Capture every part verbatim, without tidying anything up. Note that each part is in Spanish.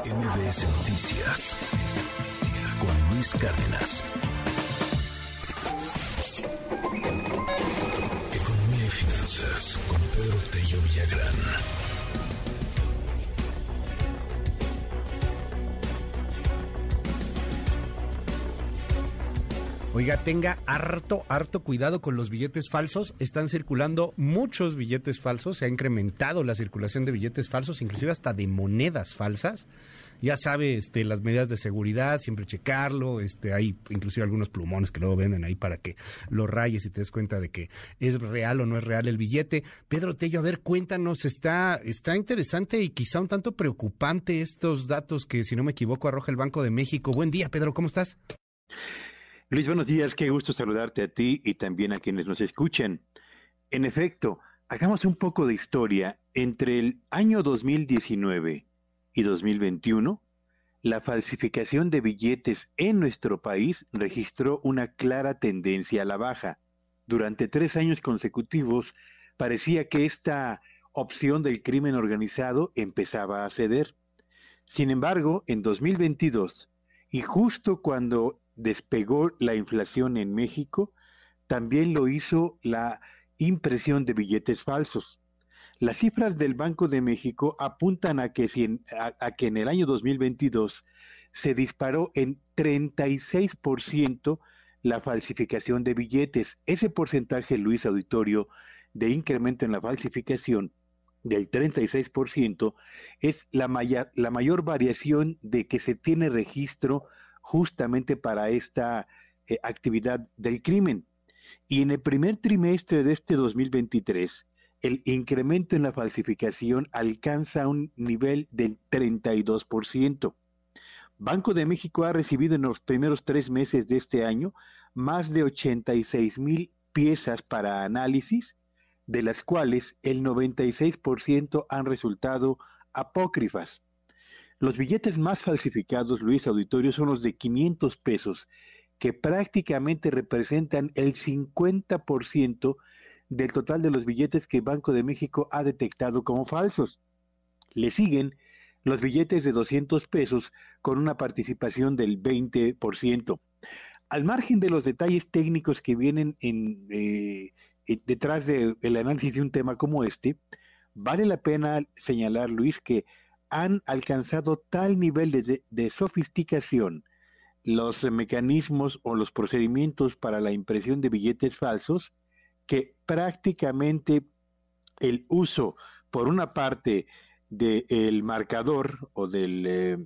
M B S Noticias con Luis Cárdenas. Economía y finanzas con Pedro Tello Villagrán. Oiga, tenga harto, harto cuidado con los billetes falsos. Están circulando muchos billetes falsos. Se ha incrementado la circulación de billetes falsos, inclusive hasta de monedas falsas. Ya sabe, este, las medidas de seguridad, siempre checarlo. Este, hay inclusive algunos plumones que luego venden ahí para que lo rayes y te des cuenta de que es real o no es real el billete. Pedro Tello, a ver, cuéntanos, está, está interesante y quizá un tanto preocupante estos datos que, si no me equivoco, arroja el Banco de México. Buen día, Pedro, ¿cómo estás? Luis, buenos días, qué gusto saludarte a ti y también a quienes nos escuchan. En efecto, hagamos un poco de historia. Entre el año dos mil diecinueve y dos mil veintiuno, la falsificación de billetes en nuestro país registró una clara tendencia a la baja. Durante tres años consecutivos, parecía que esta opción del crimen organizado empezaba a ceder. Sin embargo, en dos mil veintidós, y justo cuando despegó la inflación en México, también lo hizo la impresión de billetes falsos. Las cifras del Banco de México apuntan a que, si en, a, a que en el año dos mil veintidós se disparó en treinta y seis por ciento la falsificación de billetes. Ese porcentaje, Luis Auditorio, de incremento en la falsificación del treinta y seis por ciento es la, maya, la mayor variación de que se tiene registro justamente para esta eh, actividad del crimen. Y en el primer trimestre de este dos mil veintitrés, el incremento en la falsificación alcanza un nivel del treinta y dos por ciento. Banco de México ha recibido en los primeros tres meses de este año más de ochenta y seis mil piezas para análisis, de las cuales el noventa y seis por ciento han resultado apócrifas. Los billetes más falsificados, Luis Auditorio, son los de quinientos pesos, que prácticamente representan el cincuenta por ciento del total de los billetes que Banco de México ha detectado como falsos. Le siguen los billetes de doscientos pesos con una participación del veinte por ciento. Al margen de los detalles técnicos que vienen en, eh, detrás del análisis de un tema como este, vale la pena señalar, Luis, que han alcanzado tal nivel de, de sofisticación los mecanismos o los procedimientos para la impresión de billetes falsos que prácticamente el uso, por una parte, del marcador o del eh,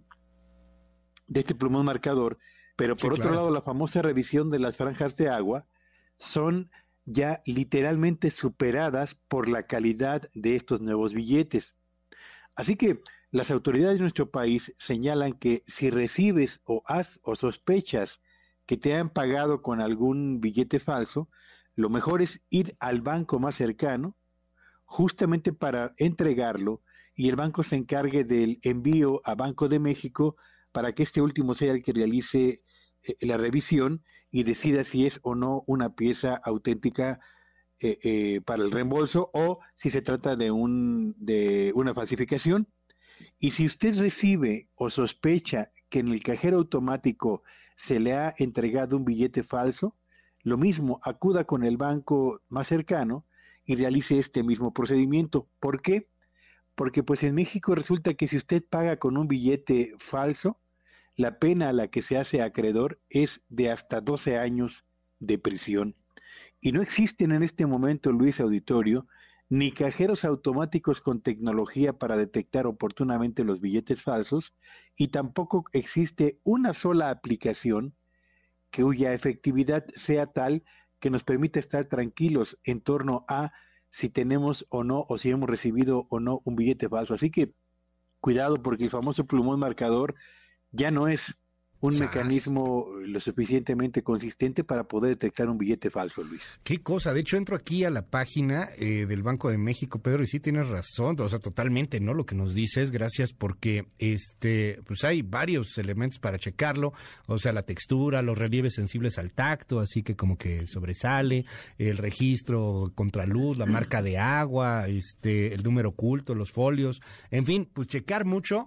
de este plumón marcador, pero por sí, otro claro. lado la famosa revisión de las franjas de agua, son ya literalmente superadas por la calidad de estos nuevos billetes. Así que las autoridades de nuestro país señalan que si recibes o has o sospechas que te han pagado con algún billete falso, lo mejor es ir al banco más cercano, justamente para entregarlo, y el banco se encargue del envío a Banco de México para que este último sea el que realice eh, la revisión y decida si es o no una pieza auténtica eh, eh, para el reembolso o si se trata de un de una falsificación. Y si usted recibe o sospecha que en el cajero automático se le ha entregado un billete falso, lo mismo, acuda con el banco más cercano y realice este mismo procedimiento. ¿Por qué? Porque pues en México resulta que si usted paga con un billete falso, la pena a la que se hace acreedor es de hasta doce años de prisión. Y no existen en este momento, Luis Auditorio, ni cajeros automáticos con tecnología para detectar oportunamente los billetes falsos, y tampoco existe una sola aplicación cuya efectividad sea tal que nos permita estar tranquilos en torno a si tenemos o no, o si hemos recibido o no un billete falso. Así que cuidado, porque el famoso plumón marcador ya no es un ¡Sas! Mecanismo lo suficientemente consistente para poder detectar un billete falso, Luis. Qué cosa, de hecho entro aquí a la página eh, del Banco de México, Pedro, y sí tienes razón, o sea, totalmente, ¿no? Lo que nos dices, gracias, porque este, pues hay varios elementos para checarlo, o sea, la textura, los relieves sensibles al tacto, así que como que sobresale, el registro contraluz, la marca de agua, este, el número oculto, los folios, en fin, pues checar mucho.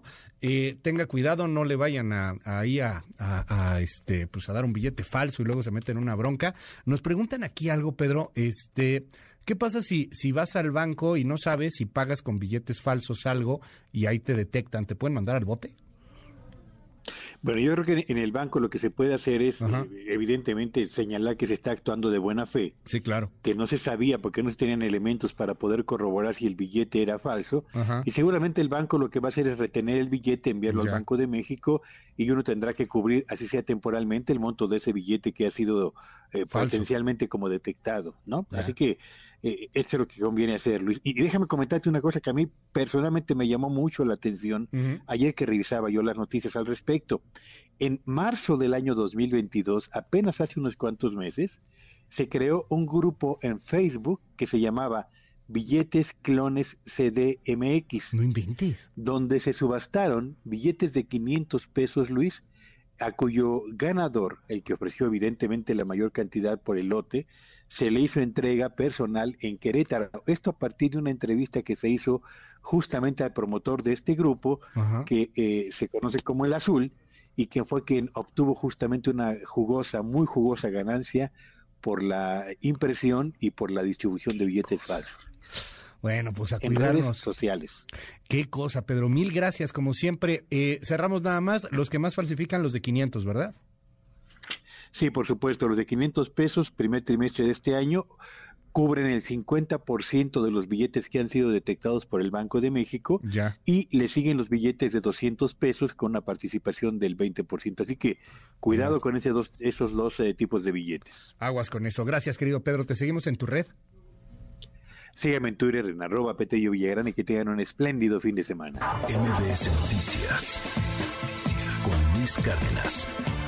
eh, tenga cuidado, no le vayan a, a ahí a, a, a, este, pues a dar un billete falso y luego se meten en una bronca. Nos preguntan aquí algo, Pedro, este, ¿qué pasa si, si vas al banco y no sabes si pagas con billetes falsos algo y ahí te detectan? ¿Te pueden mandar al bote? Bueno, yo creo que en el banco lo que se puede hacer es, eh, Ajá. evidentemente, señalar que se está actuando de buena fe, Sí, claro. que no se sabía porque no se tenían elementos para poder corroborar si el billete era falso, Ajá. y seguramente el banco lo que va a hacer es retener el billete, enviarlo Ya. al Banco de México, y uno tendrá que cubrir, así sea temporalmente, el monto de ese billete que ha sido eh, Falso. potencialmente como detectado, ¿no? Ya. Así que eh, eso es lo que conviene hacer, Luis. Y, y déjame comentarte una cosa que a mí personalmente me llamó mucho la atención Ujú. ayer que revisaba yo las noticias al respecto. En marzo del año dos mil veintidós, apenas hace unos cuantos meses, se creó un grupo en Facebook que se llamaba Billetes Clones C D M X, No inventes. donde se subastaron billetes de quinientos pesos, Luis, a cuyo ganador, el que ofreció evidentemente la mayor cantidad por el lote, se le hizo entrega personal en Querétaro. Esto a partir de una entrevista que se hizo justamente al promotor de este grupo, Ajá. que eh, se conoce como El Azul, y que fue quien obtuvo justamente una jugosa, muy jugosa ganancia por la impresión y por la distribución de billetes falsos Bueno, pues a en redes cuidarnos. sociales. Qué cosa, Pedro. Mil gracias, como siempre. Eh, cerramos nada más. Los que más falsifican, los de quinientos, ¿verdad? Sí, por supuesto, los de quinientos pesos, primer trimestre de este año, cubren el cincuenta por ciento de los billetes que han sido detectados por el Banco de México, Ya. y le siguen los billetes de doscientos pesos con una participación del veinte por ciento. Así que cuidado Wow. con ese dos, esos dos eh, tipos de billetes. Aguas con eso. Gracias, querido Pedro. Te seguimos en tu red. Síganme en Twitter en arroba Petello Villagrán y que tengan un espléndido fin de semana. M B S Noticias con Luis Cárdenas.